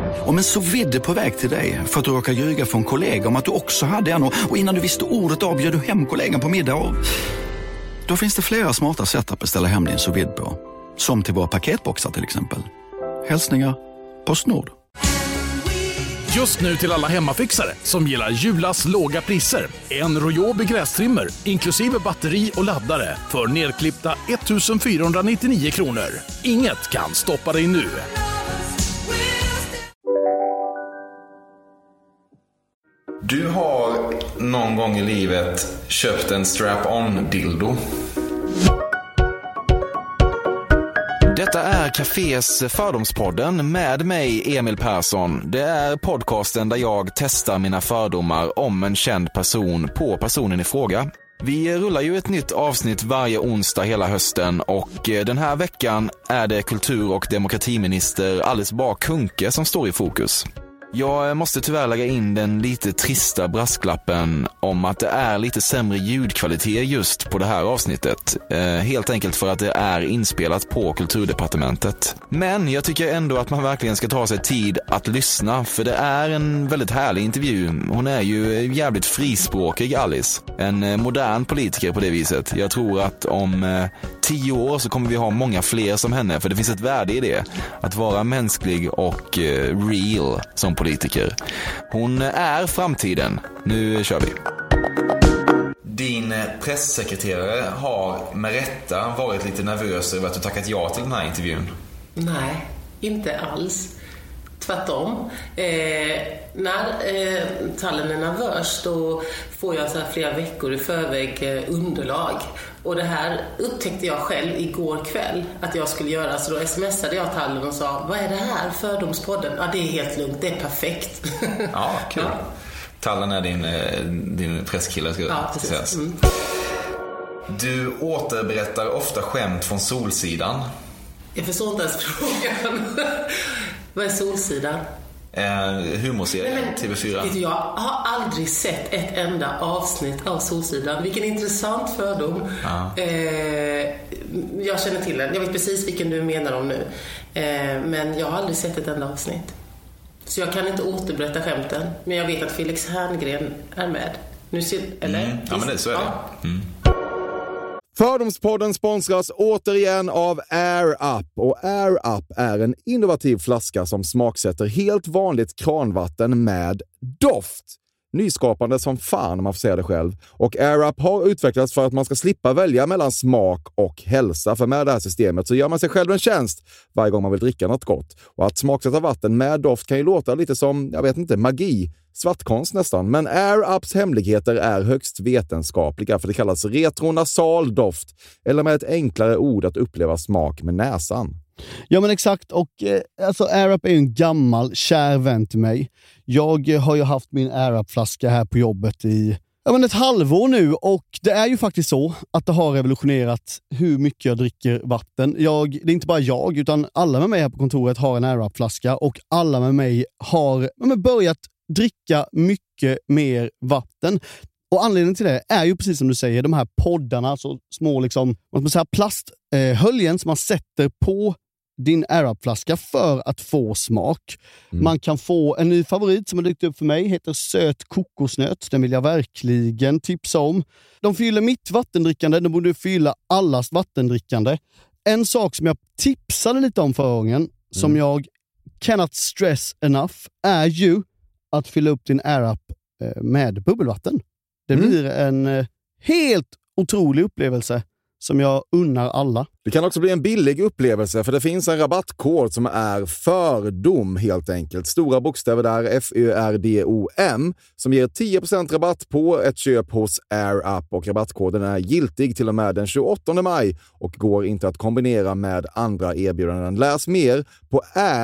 Om en sous vide är på väg till dig för att du råkar ljuga för en kollega om att du också hade en och innan du visste ordet av bjöd du hem kollegan på middag och... Då finns det flera smarta sätt att beställa hem din sous vide på. Som till våra paketboxar till exempel. Hälsningar PostNord. Just nu till alla hemmafixare som gillar Julas låga priser. En Royobi grästrimmer inklusive batteri och laddare för nedklippta 1 499 kronor. Inget kan stoppa dig nu. Du har någon gång i livet köpt en strap-on-dildo. Detta är Cafés Fördomspodden med mig, Emil Persson. Det är podcasten där jag testar mina fördomar om en känd person på personen i fråga. Vi rullar ju ett nytt avsnitt varje onsdag hela hösten och den här veckan är det kultur- och demokratiminister Alice Bah Kuhnke som står i fokus. Jag måste tyvärr lägga in den lite trista brasklappen om att det är lite sämre ljudkvalitet just på det här avsnittet. Helt enkelt för att det är inspelat på Kulturdepartementet. Men jag tycker ändå att man verkligen ska ta sig tid att lyssna, för det är en väldigt härlig intervju. Hon är ju jävligt frispråkig, Alice. En modern politiker på det viset. Jag tror att om 10 år så kommer vi ha många fler som henne, för det finns ett värde i det. Att vara mänsklig och real som politiker. Hon är framtiden. Nu kör vi. Din presssekreterare har med rätta varit lite nervös över att du tackat ja till den här intervjun. Nej, inte alls. Tvärtom. När tallen är nervös då får jag så här flera veckor i förväg underlag. Och det här upptäckte jag själv igår kväll att jag skulle göra. Så då smsade jag tallen och sa, vad är det här? Fördomspodden? Ja, det är helt lugnt. Det är perfekt. Ja, kul. Ja. Tallen är din presskille, ska sägas. Mm. Du återberättar ofta skämt från Solsidan. Jag förstår inte ens frågan. Vad är Solsidan? Humorserien, TV4. Jag har aldrig sett ett enda avsnitt av Solsidan. Vilken intressant fördom. Ja. Jag känner till den. Jag vet precis vilken du menar om nu. Men jag har aldrig sett ett enda avsnitt. Så jag kan inte återberätta skämten. Men jag vet att Felix Herngren är med. Nu ser, eller? Ja, men det så är det. Mm. Fördomspodden sponsras återigen av Air Up. Och Air Up är en innovativ flaska som smaksätter helt vanligt kranvatten med doft. Nyskapande som fan om man får säga det själv. Och Air Up har utvecklats för att man ska slippa välja mellan smak och hälsa. För med det här systemet så gör man sig själv en tjänst varje gång man vill dricka något gott. Och att smaksätta vatten med doft kan ju låta lite som, jag vet inte, magi. Svartkonst nästan. Men Air Ups hemligheter är högst vetenskapliga, för det kallas retronasal doft. Eller med ett enklare ord att uppleva smak med näsan. Ja men exakt, och alltså Air Up är ju en gammal kär vän till mig. Jag har ju haft min Air Up-flaska här på jobbet i ett halvår nu, och det är ju faktiskt så att det har revolutionerat hur mycket jag dricker vatten. Det är inte bara jag, utan alla med mig här på kontoret har en Air Up-flaska, och alla med mig har börjat dricka mycket mer vatten. Och anledningen till det är ju precis som du säger, de här poddarna, alltså små plasthöljen som man sätter på din Air Up-flaska för att få smak. Man kan få en ny favorit som har dykt upp för mig, heter söt kokosnöt. Den vill jag verkligen tipsa om. De fyller mitt vattendrickande, de borde fylla allas vattendrickande. En sak som jag tipsade lite om förra gången, som jag cannot stress enough, är ju att fylla upp din Air Up med bubbelvatten. Det blir en helt otrolig upplevelse som jag unnar alla. Det kan också bli en billig upplevelse, för det finns en rabattkod som är fördom helt enkelt. Stora bokstäver där, FÖRDOM, som ger 10% rabatt på ett köp hos Air Up, och rabattkoden är giltig till och med den 28 maj och går inte att kombinera med andra erbjudanden. Läs mer på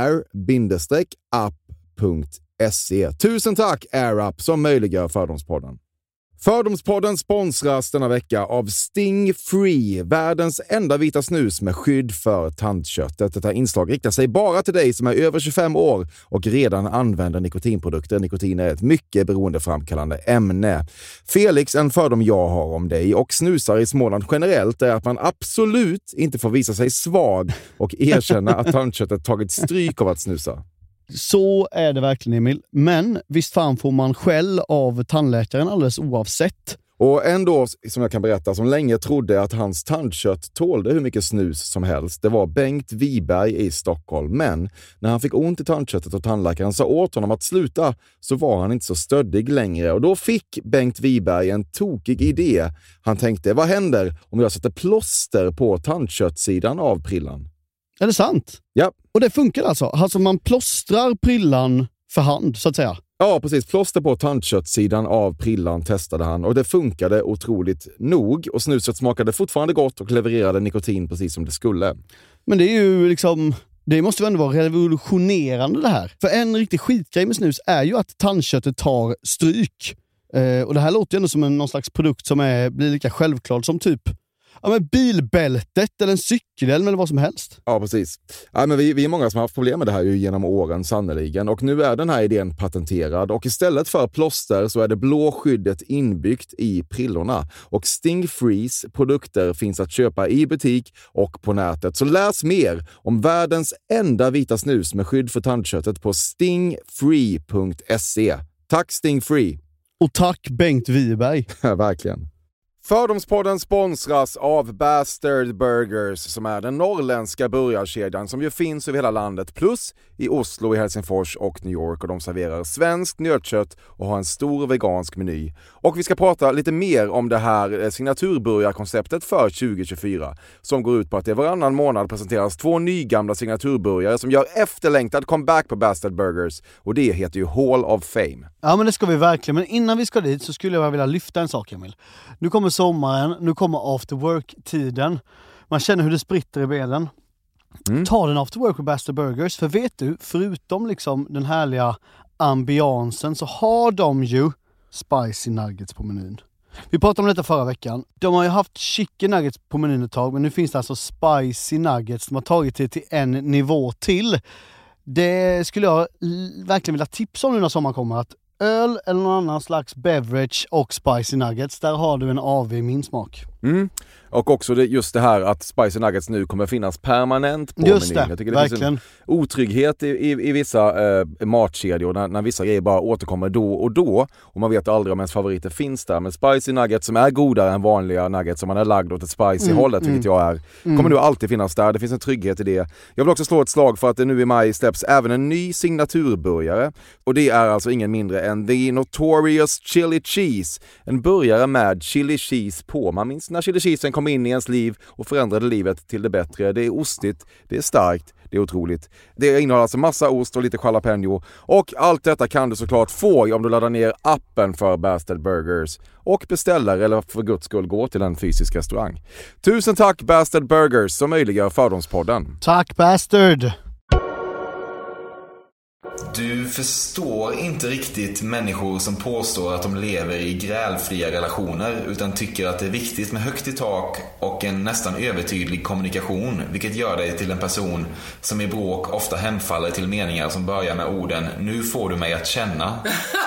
air-up.se. Tusen tack Air Up som möjliggör Fördomspodden. Fördomspodden sponsras denna vecka av Sting Free, världens enda vita snus med skydd för tandköttet. Detta inslag riktar sig bara till dig som är över 25 år och redan använder nikotinprodukter. Nikotin är ett mycket beroendeframkallande ämne. Felix, en fördom jag har om dig och snusar i Småland generellt är att man absolut inte får visa sig svag och erkänna att tandköttet tagit stryk av att snusa. Så är det verkligen, Emil. Men visst fan får man skäll av tandläkaren alldeles oavsett. Och ändå, som jag kan berätta, som länge trodde att hans tandkött tålde hur mycket snus som helst. Det var Bengt Wiberg i Stockholm. Men när han fick ont i tandköttet och tandläkaren sa åt honom att sluta, så var han inte så stöddig längre. Och då fick Bengt Wiberg en tokig idé. Han tänkte, vad händer om jag sätter plåster på tandköttsidan av prillan? Är det sant? Ja. Och det funkar alltså? Alltså man plåstrar prillan för hand, så att säga? Ja, precis. Plåster på tandköttsidan av prillan testade han och det funkade otroligt nog. Och snuset smakade fortfarande gott och levererade nikotin precis som det skulle. Men det är ju liksom... Det måste ju ändå vara revolutionerande det här. För en riktig skitgrej med snus är ju att tandköttet tar stryk. Och det här låter ju ändå som någon slags produkt som blir lika självklar som typ bilbältet eller en cykelhjälm eller vad som helst. Ja, precis. Ja, men vi är många som har haft problem med det här ju genom åren sannoliken. Och nu är den här idén patenterad. Och istället för plåster så är det blå skyddet inbyggt i prillorna. Och Stingfrees produkter finns att köpa i butik och på nätet. Så läs mer om världens enda vita snus med skydd för tandköttet på stingfree.se. Tack Stingfree! Och tack Bengt Wiberg! Verkligen. Fördomspodden sponsras av Bastard Burgers som är den norrländska burgarkedjan som ju finns över hela landet plus i Oslo, i Helsingfors och New York, och de serverar svenskt nötkött och har en stor vegansk meny. Och vi ska prata lite mer om det här signaturburgarkonceptet för 2024 som går ut på att det varannan månad presenteras 2 nygamla signaturburgare som gör efterlängtad comeback på Bastard Burgers, och det heter ju Hall of Fame. Ja, men det ska vi verkligen. Men innan vi ska dit så skulle jag vilja lyfta en sak, Emil. Nu kommer sommaren, nu kommer after work-tiden. Man känner hur det spritter i benen. Ta den after work på Bastard Burgers. För vet du, förutom liksom den härliga ambiansen så har de ju spicy nuggets på menyn. Vi pratade om detta förra veckan. De har ju haft chicken nuggets på menyn ett tag, men nu finns det alltså spicy nuggets. De har tagit det till en nivå till. Det skulle jag verkligen vilja tipsa om nu när sommaren kommer, att öl eller någon annan slags beverage och spicy nuggets, där har du en AV i min smak. Och också just det här att spicy nuggets nu kommer finnas permanent på menyn. Jag tycker det verkligen. Finns en otrygghet i vissa matkedjor när vissa grejer bara återkommer då och man vet aldrig om ens favoriter finns där. Men spicy nuggets som är godare än vanliga nuggets som man är lagd åt ett spicy hållet, vilket jag är, kommer nu alltid finnas där. Det finns en trygghet i det. Jag vill också slå ett slag för att det nu i maj släpps även en ny signaturburgare, och det är alltså ingen mindre än The Notorious Chili Cheese. En burgare med chili cheese på. Man minns när chili cheesen kom in i ens liv och förändrade livet till det bättre. Det är ostigt, det är starkt, det är otroligt. Det innehåller alltså massa ost och lite jalapeno. Och allt detta kan du såklart få om du laddar ner appen för Bastard Burgers och beställer, eller för guds skull gå till en fysisk restaurang. Tusen tack Bastard Burgers som möjliggör Fördomspodden. Tack Bastard! Du förstår inte riktigt människor som påstår att de lever i grälfria relationer utan tycker att det är viktigt med högt i tak och en nästan övertydlig kommunikation, vilket gör dig till en person som i bråk ofta hemfaller till meningar som börjar med orden "nu får du mig att känna".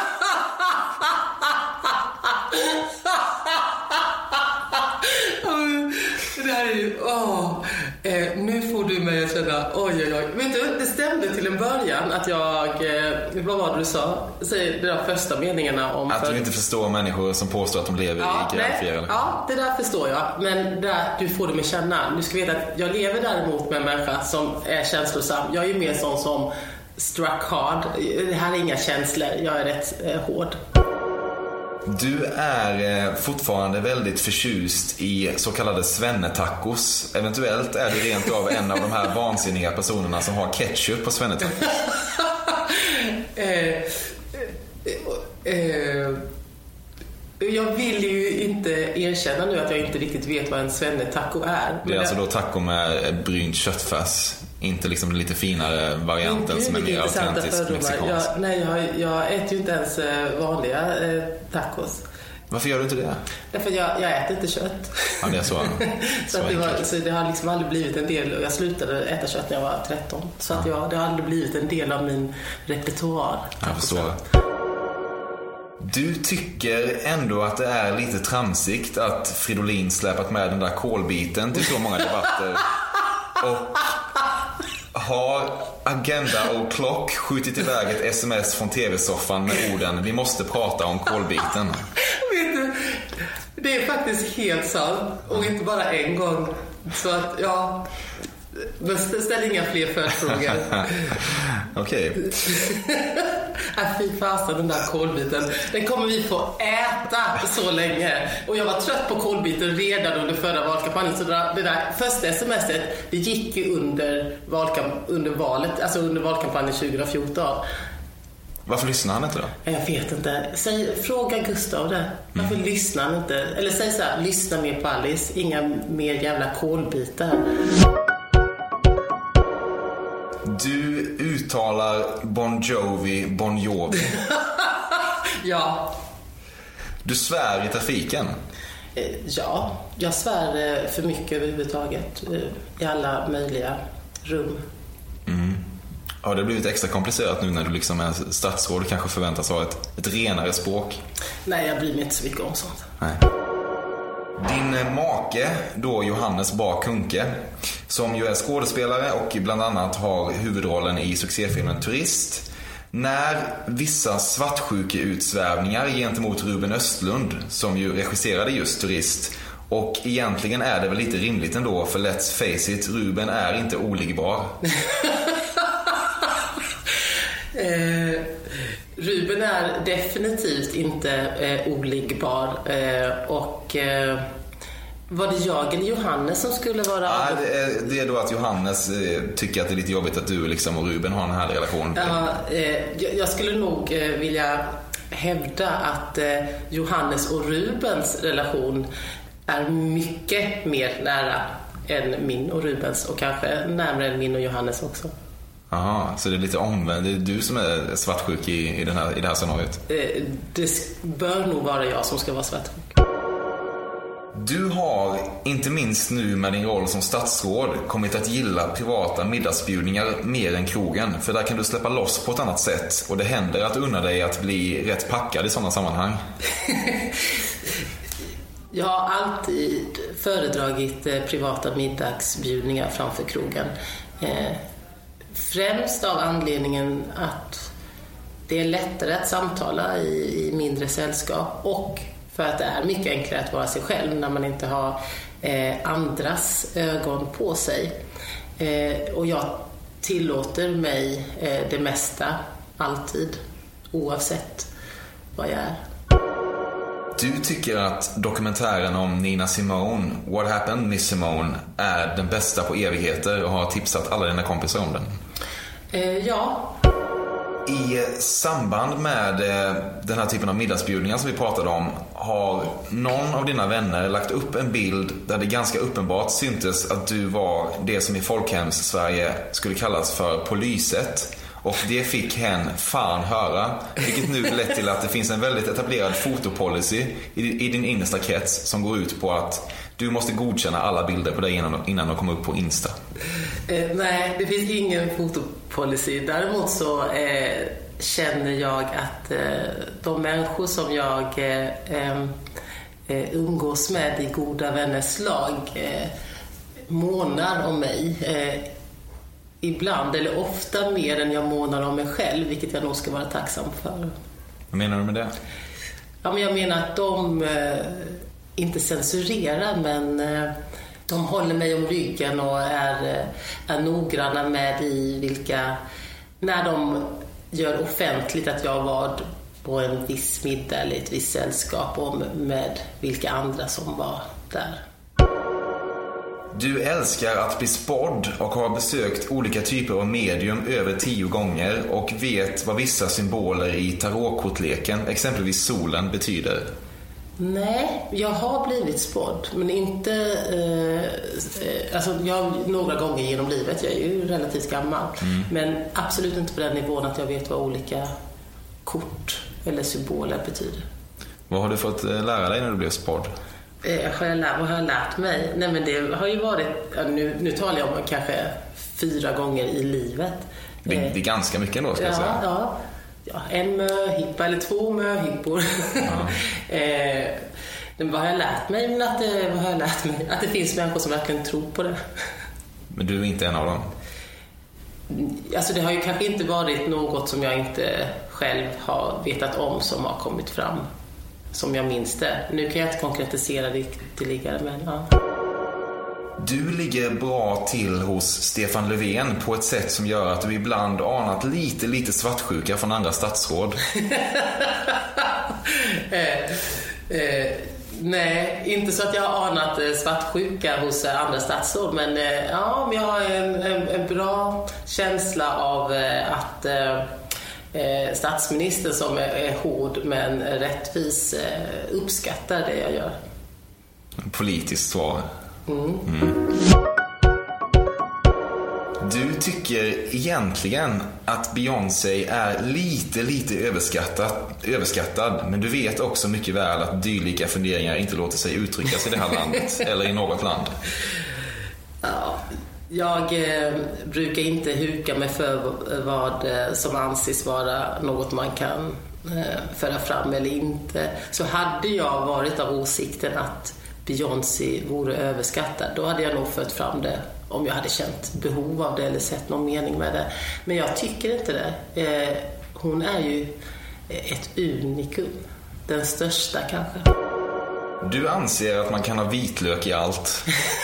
Det här är ju... nu får du mig att känna... Oj. Vet du, det stämde till en början att jag... vad var det du sa? Säg de där första meningarna om... Att du inte förstår människor som påstår att de lever i grälfria relationer. Ja, det där förstår jag. Men där, du får det mig känna. Du ska veta att jag lever däremot med en människa som är känslosam. Jag är ju mer sån som struck hard. Det här är inga känslor. Jag är rätt hård. Du är fortfarande väldigt förtjust i så kallade svennetacos. Eventuellt är du rent av en av de här vansinniga personerna som har ketchup på svennetacos. Jag vill ju inte erkänna nu att jag inte riktigt vet vad en svennetaco är. Det är alltså då taco med brynt köttfärs. Inte liksom lite finare varianten som är mer autentisk mexikansk. Jag äter ju inte ens vanliga tacos. Varför gör du inte det? Därför jag äter inte kött. Ja, det är så. Så det har liksom aldrig blivit en del. Jag slutade äta kött när jag var 13. Så att det har aldrig blivit en del av min repertoar. Jag förstår. Du tycker ändå att det är lite tramsigt att Fridolin släpat med den där kolbiten till så många debatter. har Agenda och Klock skjutit iväg ett sms från tv-soffan med orden vi måste prata om kolbiten. Vet du, det är faktiskt helt sant. Och inte bara en gång. Så att, ja, ställ inga fler följdfrågor. Okej. Fy fasen, den där kolbiten. Den kommer vi få äta så länge. Och jag var trött på kolbiten redan under förra valkampanjen. Så det där första sms'et, det gick ju under valet, alltså under valkampanjen 2014. Varför lyssnar han inte då? Jag vet inte. Fråga Gustav det. Varför lyssnar han inte? Eller säg så här, lyssna mer på Alice. Inga mer jävla kolbitar. Du uttalar Bon Jovi. Ja. Du svär i trafiken. Ja, jag svär för mycket överhuvudtaget. I alla möjliga rum. Har det blivit extra komplicerat nu när du liksom är statsråd och kanske förväntas ha ett renare språk? Nej, jag bryr mig inte så mycket om sånt. Nej. Din make, då Johannes Bah Kuhnke, som ju är skådespelare och bland annat har huvudrollen i succéfilmen Turist. När vissa svartsjukeutsvävningar gentemot Ruben Östlund, som ju regisserade just Turist, och egentligen är det väl lite rimligt ändå, för let's face it, Ruben är inte oligbar. Ruben är definitivt inte oligbar. Var det jag eller Johannes som skulle vara... Ja, det är då att Johannes tycker att det är lite jobbigt att du liksom och Ruben har en här relation. Ja, jag skulle nog vilja hävda att Johannes och Rubens relation är mycket mer nära än min och Rubens, och kanske närmare än min och Johannes också. Aha, så det är lite omvänt. Det är du som är svartsjuk i det här scenariot. Det bör nog vara jag som ska vara svartsjuk. Du har, inte minst nu med din roll som statsråd, kommit att gilla privata middagsbjudningar mer än krogen. För där kan du släppa loss på ett annat sätt. Och det händer att unna dig att bli rätt packad i sådana sammanhang. Jag har alltid föredragit privata middagsbjudningar framför krogen. Främst av anledningen att det är lättare att samtala i mindre sällskap, och för att det är mycket enklare att vara sig själv när man inte har andras ögon på sig. Och jag tillåter mig det mesta, alltid, oavsett vad jag är. Du tycker att dokumentären om Nina Simone, What Happened Miss Simone, är den bästa på evigheter och har tipsat alla dina kompisar om den. Ja. I samband med den här typen av middagsbjudningar som vi pratade om, har någon av dina vänner lagt upp en bild där det ganska uppenbart syntes att du var det som i folkhems-Sverige skulle kallas för polyset. Och det fick hen fan höra, vilket nu lett till att det finns en väldigt etablerad fotopolicy i din innersta krets som går ut på att du måste godkänna alla bilder på dig innan de kommer upp på Insta. Nej, det finns ingen fotopolicy. Däremot så känner jag att de människor som jag umgås med i goda vänners lag månar om mig. Ibland eller ofta mer än jag månar om mig själv, vilket jag nog ska vara tacksam för. Vad menar du med det? Ja, men jag menar att de inte censurerar, men de håller mig om ryggen och är noggranna med i vilka, när de gör offentligt att jag var på en viss middag eller ett visst sällskap, och med vilka andra som var där. Du älskar att bli spådd och har besökt olika typer av medium över 10 gånger och vet vad vissa symboler i tarotkortleken, exempelvis solen, betyder. Nej, jag har blivit spådd, men inte alltså jag några gånger genom livet. Jag är ju relativt gammal, men absolut inte på den nivån att jag vet vad olika kort eller symboler betyder. Vad har du fått lära dig när du blev spådd? Vad har jag lärt mig? Nej, men det har ju varit, nu talar jag om kanske 4 gånger i livet. Det är ganska mycket ändå, ska jag säga. Ja, en möhippa eller 2 möhippor. Vad har jag lärt mig? Men att det finns människor som verkligen tror på det. Men du är inte en av dem? Alltså det har ju kanske inte varit något som jag inte själv har vetat om som har kommit fram, som jag minns det. Nu kan jag inte konkretisera det ytterligare, men ja. Du ligger bra till hos Stefan Löfven på ett sätt som gör att du ibland anat lite svartsjuka från andra statsråd. Nej, inte så att jag har anat svartsjuka hos andra statsråd, men ja, jag har en bra känsla av att statsministern som är hård men rättvis uppskattar det jag gör. Politiskt svar. Du tycker egentligen att Beyoncé är lite överskattad, men du vet också mycket väl att dylika funderingar inte låter sig uttryckas i det här landet eller i något land. Ja, jag brukar inte huka mig för vad som anses vara något man kan föra fram eller inte. Så hade jag varit av åsikten att Beyoncé vore överskattad, då hade jag nog fört fram det om jag hade känt behov av det eller sett någon mening med det. Men jag tycker inte det. Hon är ju ett unikum. Den största kanske. Du anser att man kan ha vitlök i allt.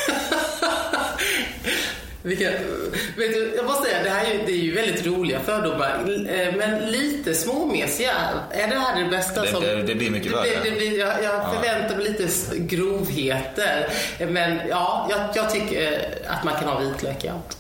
Vet du, jag måste säga, det är ju väldigt roliga fördomar, men lite småmesiga. Är det här det bästa? Det blir mycket värre. Jag förväntar mig lite grovheter, men ja, jag tycker att man kan ha vitlök i allt.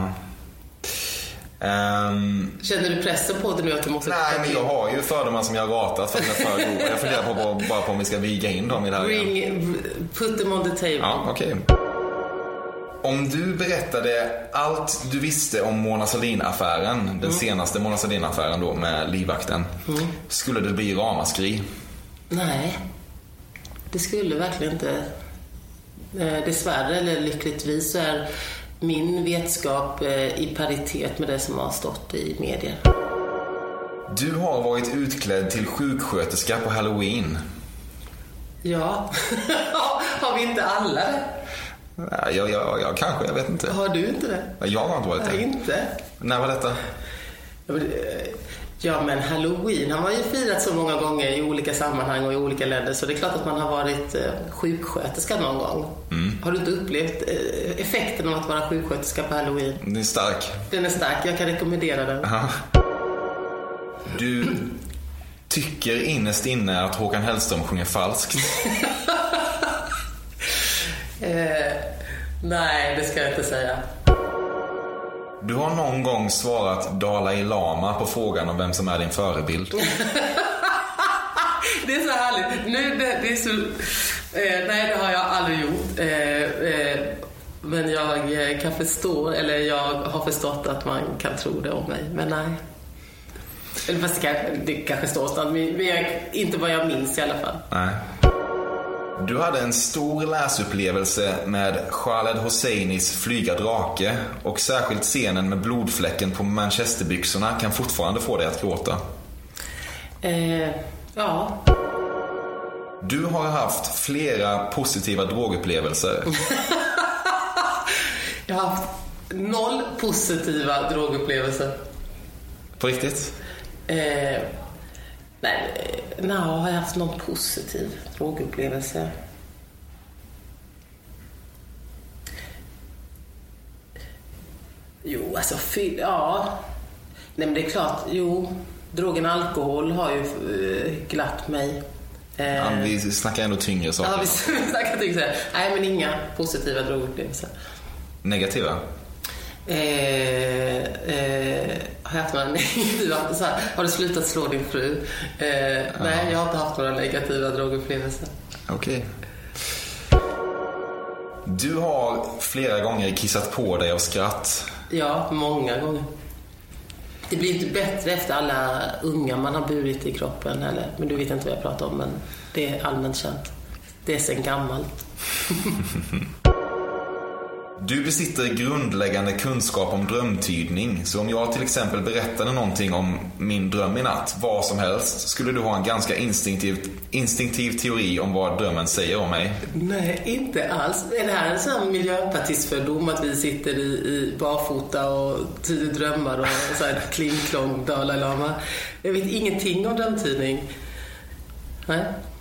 Känner du pressen på det nu att du måste... Nej, men jag har ju fördomar som jag har ratat för att jag är för god. Jag funderar bara på om vi ska viga in dem i det här. Put them on the table. Ja, okej. Om du berättade allt du visste om Mona Sahlin-affären, den senaste Mona Sahlin-affären då med livvakten, skulle det bli ramaskri? Nej, det skulle verkligen inte. Dessvärre eller lyckligtvis så är min vetskap i paritet med det som har stått i medier. Du har varit utklädd till sjuksköterska på Halloween. Ja, har vi inte alla det? Jag kanske, jag vet inte. Har du inte det? Jag har inte varit det. Inte? När var detta? Ja, men Halloween har man ju firat så många gånger i olika sammanhang och i olika länder, så det är klart att man har varit sjuksköterska någon gång. Har du inte upplevt effekten av att vara sjuksköterska på Halloween? Den är stark. Den är stark, jag kan rekommendera den. Aha. Du tycker innerst inne att Håkan Hellström sjunger falskt? Nej, det ska jag inte säga. Du har någon gång svarat Dalai Lama på frågan om vem som är din förebild. Det är så härligt. Det är så... nej, det har jag aldrig gjort. Men jag kan förstå, eller jag har förstått att man kan tro det om mig. Men nej. Eller fast det kanske står någonstans, men inte vad jag minns i alla fall. Nej. Du hade en stor läsupplevelse med Khaled Hosseinis Flyga drake, och särskilt scenen med blodfläcken på manchesterbyxorna kan fortfarande få dig att gråta. Ja. Du har haft flera positiva drogupplevelser. Jag har haft 0 positiva drogupplevelser. På riktigt? Nej, har jag haft någon positiv drogupplevelse? Jo, alltså ja. Nej, men det är klart, drogen alkohol har ju glatt mig. Ja, vi snackar ändå tyngre saker. Ja, vi snackar tyngre. Nej, men inga positiva drogupplevelser. Negativa? Har jag haft några negativa? Har du slutat slå din fru? Nej, jag har inte haft några negativa drogupplevelser. Okej. Du har flera gånger kissat på dig av skratt. Ja, många gånger. Det blir inte bättre efter alla unga man har burit i kroppen heller. Men du vet inte vad jag pratar om, men det är allmänt känt. Det är sen gammalt. Du besitter grundläggande kunskap om drömtydning. Så om jag till exempel berättade någonting om min dröm i natt, vad som helst, skulle du ha en ganska instinktiv teori om vad drömmen säger om mig? Nej, inte alls. Är det här en sån miljöpartistfördom att vi sitter i barfota och tyder drömmar och så här kling-klong Dalai Lama? Jag vet ingenting om drömtydning. Nej.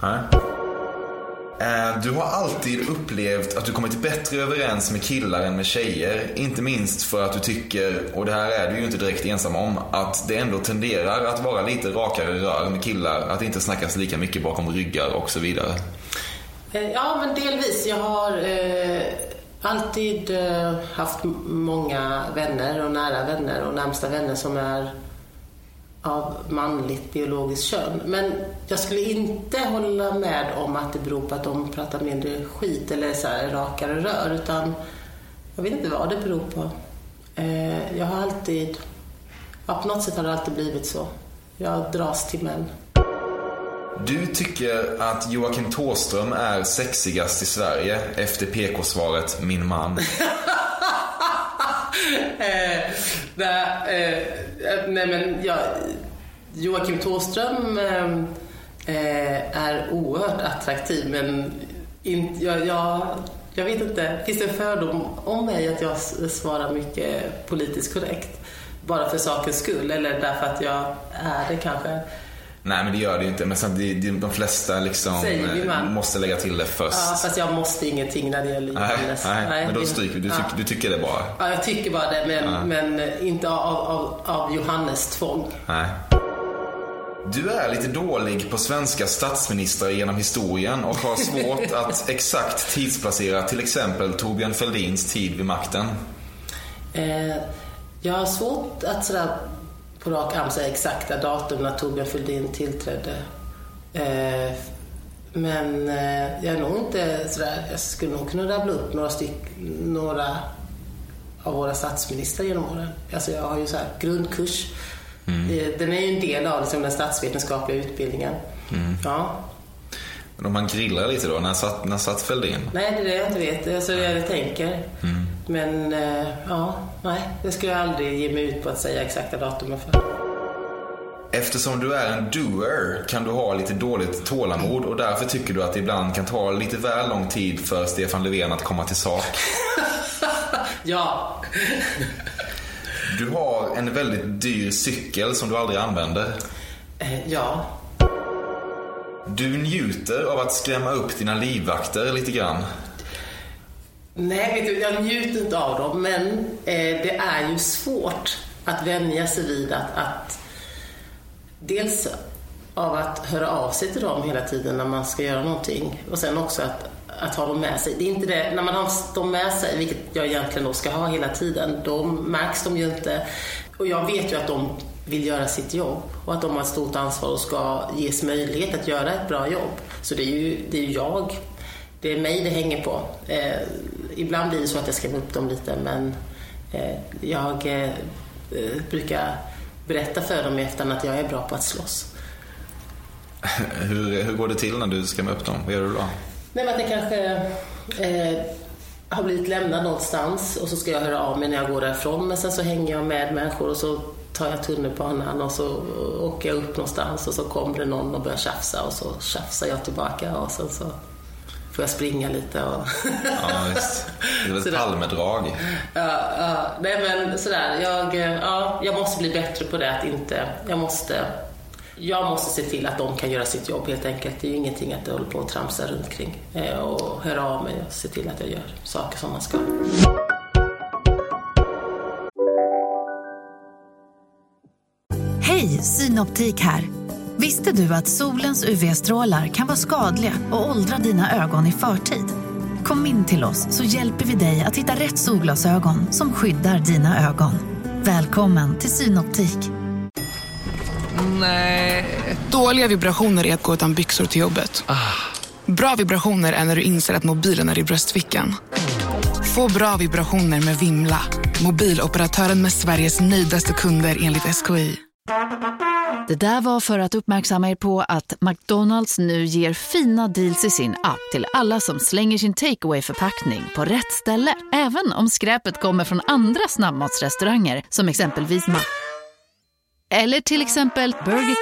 Du har alltid upplevt att du kommit bättre överens med killar än med tjejer. Inte minst för att du tycker, och det här är du ju inte direkt ensam om, att det ändå tenderar att vara lite rakare rör med killar. Att det inte snackas lika mycket bakom ryggar och så vidare. Ja, men delvis. Jag har alltid haft många vänner och nära vänner och närmsta vänner som är av manligt biologiskt kön. Men jag skulle inte hålla med om att det beror på att de pratar mindre skit eller så här rakare rör, utan jag vet inte vad det beror på. Jag har alltid, på något sätt har det alltid blivit så. Jag dras till män. Du tycker att Joakim Thåström är sexigast i Sverige efter PK-svaret min man. Nej, men Joakim Thåström är oerhört attraktiv, men jag vet inte, finns det en fördom om mig att jag svarar mycket politiskt korrekt bara för sakens skull, eller därför att jag är det kanske? Nej, men det gör det ju inte. Men de flesta liksom måste lägga till det först. Ja, fast jag måste ingenting när det gäller Johannes. Nej, men då stryker du tycker det bara. Ja, jag tycker bara det, men inte av Johannes tvång. Nej. Du är lite dålig på svenska statsministrar genom historien och har svårt att exakt tidsplacera till exempel Thorbjörn Fälldins tid vid makten. Jag har svårt att sådär på rak arm säga exakta datum när Thorbjörn Fälldin tillträdde. Men jag är nog inte sådär, jag skulle nog kunna rabbla upp några av våra statsministrar genom åren. Alltså jag har ju så här grundkurs. Den är ju en del av liksom den statsvetenskapliga utbildningen. Ja. Men om man grillar lite då, när satt Fälldin? Nej, det är det jag inte vet. Alltså det jag tänker. Men nej, det skulle jag aldrig ge mig ut på att säga exakta datum för. Eftersom du är en doer kan du ha lite dåligt tålamod och därför tycker du att det ibland kan ta lite väl lång tid för Stefan Löfven att komma till sak. Ja. Du har en väldigt dyr cykel som du aldrig använder. Ja. Du njuter av att skrämma upp dina livvakter lite grann. Nej, vet du, jag njuter inte av dem, men det är ju svårt att vänja sig vid att dels av att höra av sig till dem hela tiden när man ska göra någonting, och sen också att ha dem med sig. Det är inte det, när man har dem med sig, vilket jag egentligen då ska ha hela tiden, då märks de ju inte. Och jag vet ju att de vill göra sitt jobb och att de har ett stort ansvar och ska ges möjlighet att göra ett bra jobb. Så det är mig det hänger på. Ibland blir det så att jag skrämmer upp dem lite, men jag brukar berätta för dem efter att jag är bra på att slåss. Hur går det till när du skrämmer upp dem? Vad gör du då? Nej, men att jag kanske har blivit lämnad någonstans och så ska jag höra av mig när jag går därifrån, men sen så hänger jag med människor och så tar jag tunnelbanan och så åker jag upp någonstans och så kommer det någon och börjar tjafsa och så tjafsar jag tillbaka och sen så får jag springa lite och ja, visst. Det är ett Palmedrag. Ja, nej men sådär, jag måste bli bättre på det, att inte, jag måste se till att de kan göra sitt jobb helt enkelt. Det är ju ingenting att jag håller på och tramsa runt kring och höra av mig och se till att jag gör saker som man ska. Hej, Synoptik här. Visste du att solens UV-strålar kan vara skadliga och åldra dina ögon i förtid? Kom in till oss så hjälper vi dig att hitta rätt solglasögon som skyddar dina ögon. Välkommen till Synoptik. Nej. Dåliga vibrationer är att gå utan byxor till jobbet. Bra vibrationer är när du inser att mobilen är i bröstfickan. Få bra vibrationer med Vimla. Mobiloperatören med Sveriges nöjdaste kunder enligt SKI. Det där var för att uppmärksamma er på att McDonalds nu ger fina deals i sin app till alla som slänger sin takeaway-förpackning på rätt ställe. Även om skräpet kommer från andra snabbmatsrestauranger som exempelvis eller till exempel Burger.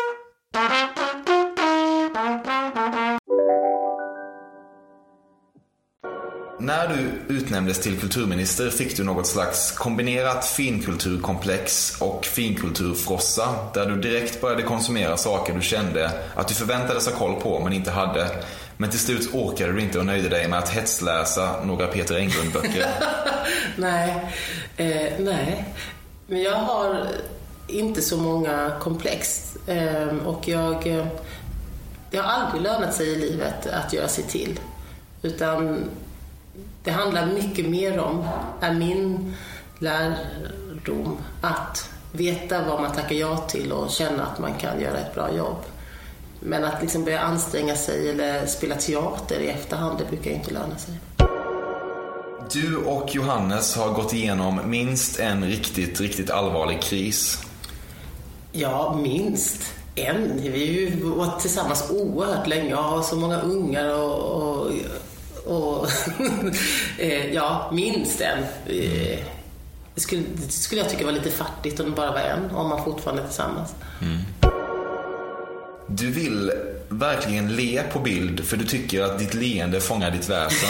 När du utnämndes till kulturminister fick du något slags kombinerat finkulturkomplex och finkulturfrossa, där du direkt började konsumera saker du kände att du förväntades ha koll på men inte hade. Men till slut orkade du inte och nöjde dig med att hetsläsa några Peter Englund-böcker. Nej. Men jag har inte så många komplex. Och det har aldrig lönat sig i livet att göra sig till. Utan det handlar mycket mer om, är min lärdom, att veta vad man tackar ja till och känna att man kan göra ett bra jobb. Men att liksom börja anstränga sig eller spela teater i efterhand, det brukar inte löna sig. Du och Johannes har gått igenom minst en riktigt allvarlig kris. Ja, minst en. Vi har ju varit tillsammans oerhört länge och har så många ungar och ja, minst en. Det skulle jag tycka var lite fattigt om det bara var en, om man fortfarande är tillsammans. Du vill verkligen le på bild för du tycker att ditt leende fångar ditt väsen.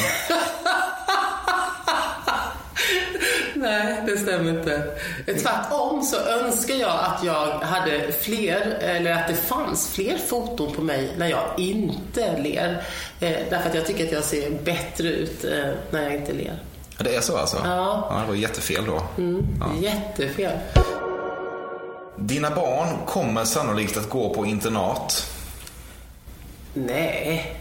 Nej, det stämmer inte. Tvärtom så önskar jag att jag hade fler, eller att det fanns fler foton på mig när jag inte ler. Därför att jag tycker att jag ser bättre ut när jag inte ler. Ja, det är så alltså? Ja. Det var jättefel då. Jättefel. Dina barn kommer sannolikt att gå på internat. Nej.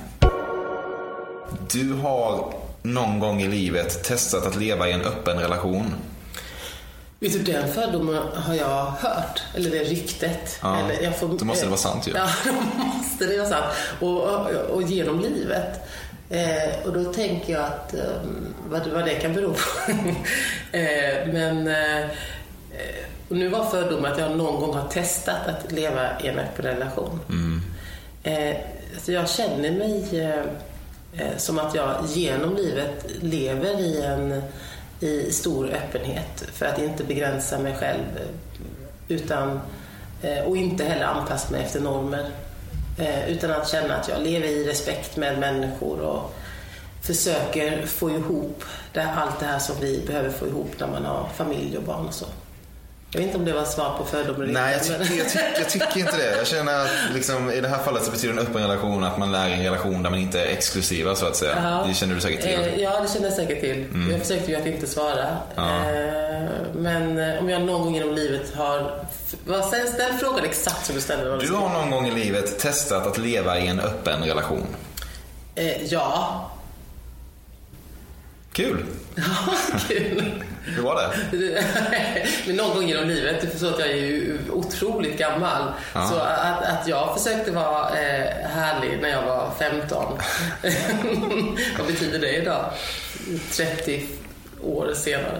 Du har någon gång i livet testat att leva i en öppen relation. Vet du, den fördomen har jag hört. Eller det är ryktet. Ja, eller då måste det vara sant ju. Ja, då måste det vara sant. Och genom livet. Och då tänker jag att vad det kan bero på. Och nu var fördomen att jag någon gång har testat att leva i en öppen relation. Så jag känner mig som att jag genom livet lever i stor öppenhet för att inte begränsa mig själv och inte heller anpassa mig efter normer, utan att känna att jag lever i respekt med människor och försöker få ihop allt det här som vi behöver få ihop när man har familj och barn och så. Jag vet inte om det var svar på fördomar. Nej, jag tycker inte det. Jag känner att liksom, i det här fallet så betyder en öppen relation att man lär en relation där man inte är exklusiva, så att säga. Ja. Det känner du säkert till. Ja, det känner jag säkert till. Jag försökte ju att inte svara. Ja. Men om jag någon gång genom livet har... Ställ frågan exakt som du ställer. Du har någon gång i livet testat att leva i en öppen relation? Ja. Kul. Ja, kul. Hur var det? Men någon gång genom livet, du förstår att jag är ju otroligt gammal. Ja. Så att jag försökte vara härlig när jag var 15. Vad betyder det idag? 30 år senare.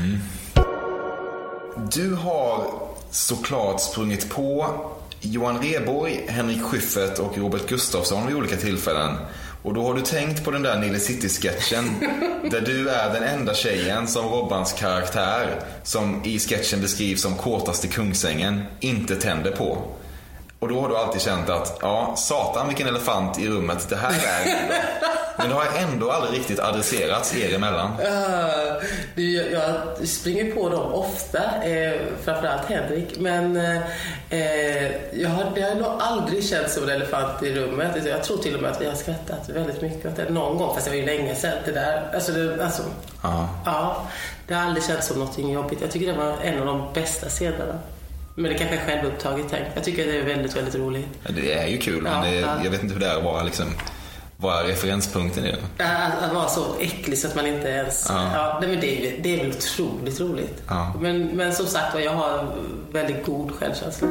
Du har såklart sprungit på Johan Rheborg, Henrik Schyffert och Robert Gustafsson vid olika tillfällen. Och då har du tänkt på den där Nile City-sketchen där du är den enda tjejen som Robbans karaktär, som i sketchen beskrivs som kortaste kungsängen, inte tänder på. Och då har du alltid känt att, ja, satan vilken elefant i rummet det här är. Men det har ändå aldrig riktigt adresserats er emellan. Jag springer på dem ofta, framförallt Henrik. Men det har nog aldrig känts som en elefant i rummet. Jag tror till och med att vi har skrattat väldigt mycket åt det någon gång. Fast det var ju länge sedan det där. Ja, det har aldrig känts som någonting jobbigt. Jag tycker det var en av de bästa scenerna. Men det kanske är självupptaget tänkt. Jag tycker det är väldigt, väldigt roligt. Det är ju kul, men jag vet inte hur det är bara liksom... Vad är referenspunkten i det? Att vara så äcklig så att man inte ens... Men det är väl otroligt roligt. Ja. Men som sagt, jag har väldigt god självkänsla.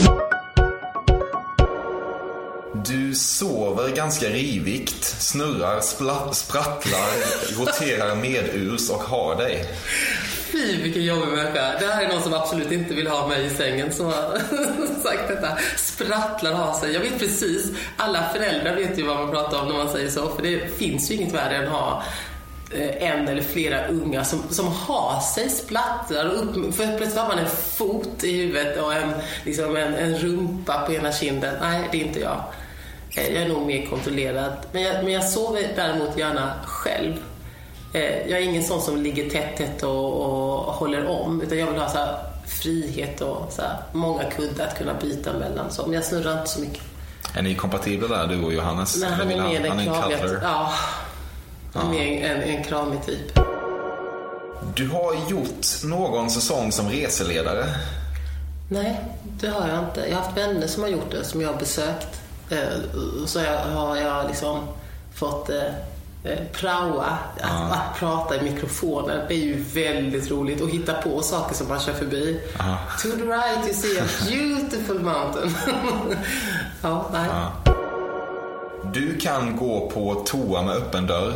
Du sover ganska rivigt, snurrar, sprattlar, roterar medurs och har dig. Fy, vilken jobbig människa. Det här är någon som absolut inte vill ha mig i sängen. sagt detta. Sprattlar har sig. Jag vet precis. Alla föräldrar vet ju vad man pratar om när man säger så. För det finns ju inget värre än att ha en eller flera unga som har sig, splattrar och upp, för plötsligt har man en fot i huvudet och en rumpa på ena kinden. Nej, det är inte jag. Jag är nog mer kontrollerad. Men jag sover däremot gärna själv. Jag är ingen sån som ligger tätt och håller om, utan jag vill ha så här frihet och så här många kuddar att kunna byta mellan. Så, men jag snurrar inte så mycket. Är ni kompatibla där, du och Johannes? Nej, han är mer en kramig. Ja, han är mer en kramig typ. Du har gjort någon säsong som reseledare? Nej, det har jag inte. Jag har haft vänner som har gjort det, som jag har besökt. Så har jag liksom fått praoa att prata i mikrofonen. Det är ju väldigt roligt att hitta på saker som man kör förbi. To the right you see a beautiful mountain. Ja, nej. Du kan gå på toa med öppen dörr?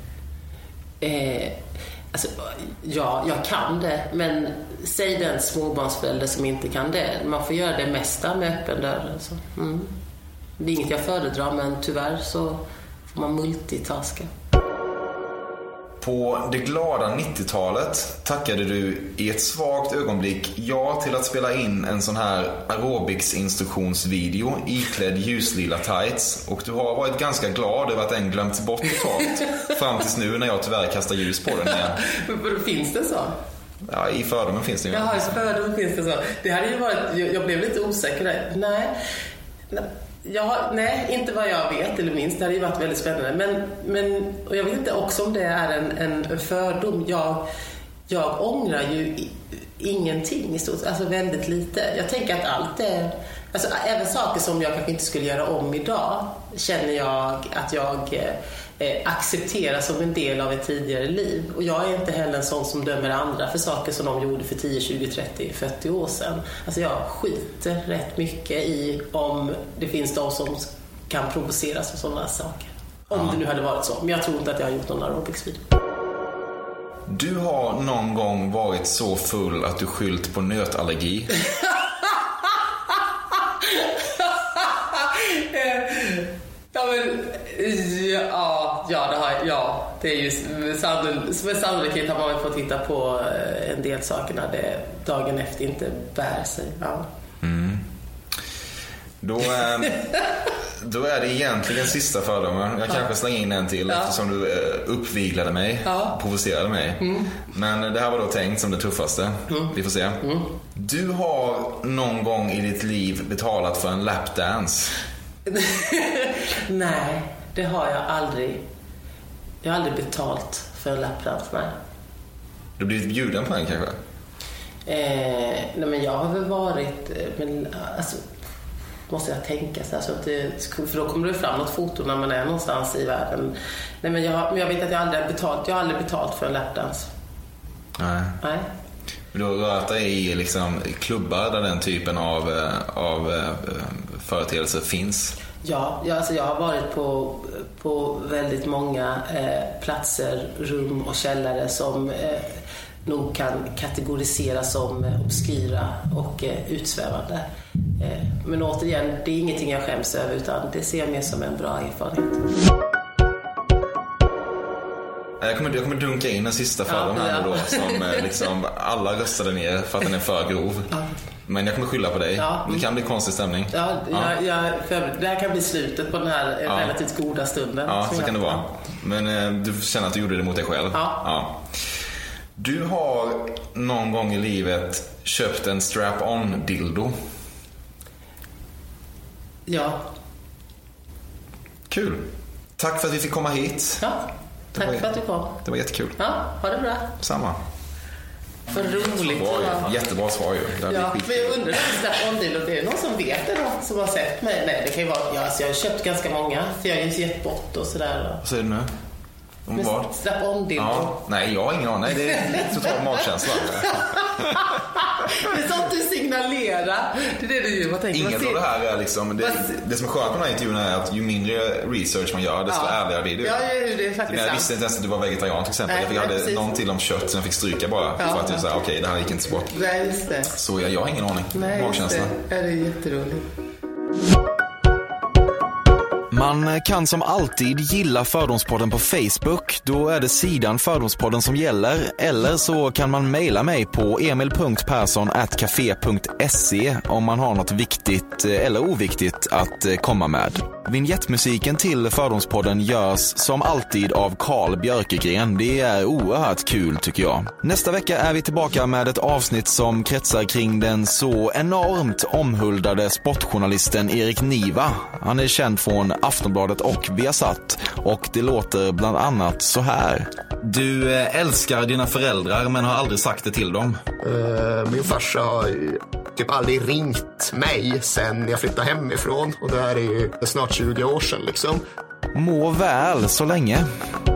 Alltså, ja, jag kan det. Men säg den småbarnsförälder som inte kan det. Man får göra det mesta med öppen dörr. Alltså. Det är inget jag föredrar, men tyvärr så får man multitaska. På det glada 90-talet tackade du i ett svagt ögonblick ja till att spela in en sån här aerobics-instruktionsvideo iklädd ljuslila tights, och du har varit ganska glad över att den glömts bort totalt fram tills nu när jag tyvärr kastar ljus på den igen. Men finns det så? Ja, i fördomen finns det ju. Ja, i fördomen finns det så. Det hade ju varit, jag blev lite osäker där. Nej, inte vad jag vet eller minst. Det hade ju varit väldigt spännande. Men och jag vet inte också om det är en fördom. Jag ångrar ju ingenting i stort. Alltså väldigt lite. Jag tänker att allt är... Alltså även saker som jag kanske inte skulle göra om idag känner jag att jag accepterar som en del av ett tidigare liv. Och jag är inte heller en sån som dömer andra för saker som de gjorde för 10, 20, 30, 40 år sedan. Alltså jag skiter rätt mycket i om det finns de som kan provoceras för sådana saker. Om det nu hade varit så. Men jag tror inte att jag har gjort någon aerobics-video. Du har någon gång varit så full att du skyllt på nötallergi. Ja, det har jag. Ja, det är ju med sannolikhet har man fått titta på en del saker när det dagen efter inte bär sig. Ja. Då är det egentligen sista fördomen. Jag kanske slänger in en till eftersom du uppviglade mig, provocerade mig. Men det här var då tänkt som det tuffaste. Vi får se. Du har någon gång i ditt liv betalat för en lapdance? Nej, det har jag aldrig. Jag har aldrig betalt för en lapdance, nej. Du har blivit bjuden på en kanske? Nej, men jag har väl varit... Men, alltså, måste jag tänka så här, så att för då kommer det fram något foto när man är någonstans i världen. Nej, men jag vet att jag aldrig har betalt. Jag har aldrig betalt för en lapdance. Nej. Du har rört dig i liksom klubbar där den typen av företeelser finns? Ja, alltså jag har varit på väldigt många platser, rum och källare som nog kan kategoriseras som obskyra och utsvävande. Men återigen, det är ingenting jag skäms över, utan det ser jag mer som en bra erfarenhet. Jag kommer dunka in en sista fördommen här då, som liksom alla röstade ner för att den är för grov. Men jag kommer skylla på dig. Det kan bli konstig stämning. Det här kan bli slutet på den här relativt goda stunden. Ja, så kan det vara. Men du känner att du gjorde det mot dig själv. Ja. Du har någon gång i livet köpt en strap-on dildo? Ja. Kul. Tack för att vi fick komma hit. Ja, tack för att du kom. Det var jättekul. Ja, ha det bra. Samma. För roligt. Jättebra svar ju. Men jag undrar om det är någon som vet det då, som har sett mig. Nej, det kan ju vara, jag har köpt ganska många, för jag har ju gett bort och sådär. Vad säger du nu? Vad? Strap-on-dildo. Ja. Nej, jag har ingen aning. Det är total magkänsla. Det är sånt du signalerar. Det är det du vad tänker. Inget av det här är liksom... Det som är skönt på den här intervjun är att ju mindre research man gör, desto ärligare blir det. Ja, det är faktiskt jag visste inte ens att du var vegetarian till exempel. Jag hade någon till om kött som jag fick stryka bara. För att jag sa, okej, det här gick inte så bra. Nej, just det. Så jag har ingen aning. Nej, magkänsla. Det är jätteroligt. Man kan som alltid gilla Fördomspodden på Facebook. Då är det sidan Fördomspodden som gäller. Eller så kan man mejla mig på emil.persson@café.se om man har något viktigt eller oviktigt att komma med. Vignettmusiken till Fördomspodden görs som alltid av Carl Björkegren. Det är oerhört kul tycker jag. Nästa vecka är vi tillbaka med ett avsnitt som kretsar kring den så enormt omhuldade sportjournalisten Erik Niva. Han är känd från Aftonbladet och Viasat och det låter bland annat så här. Du älskar dina föräldrar men har aldrig sagt det till dem. Min farsa har typ aldrig ringt mig sen jag flyttade hemifrån och det här är ju snart 20 år sedan liksom. Må väl så länge.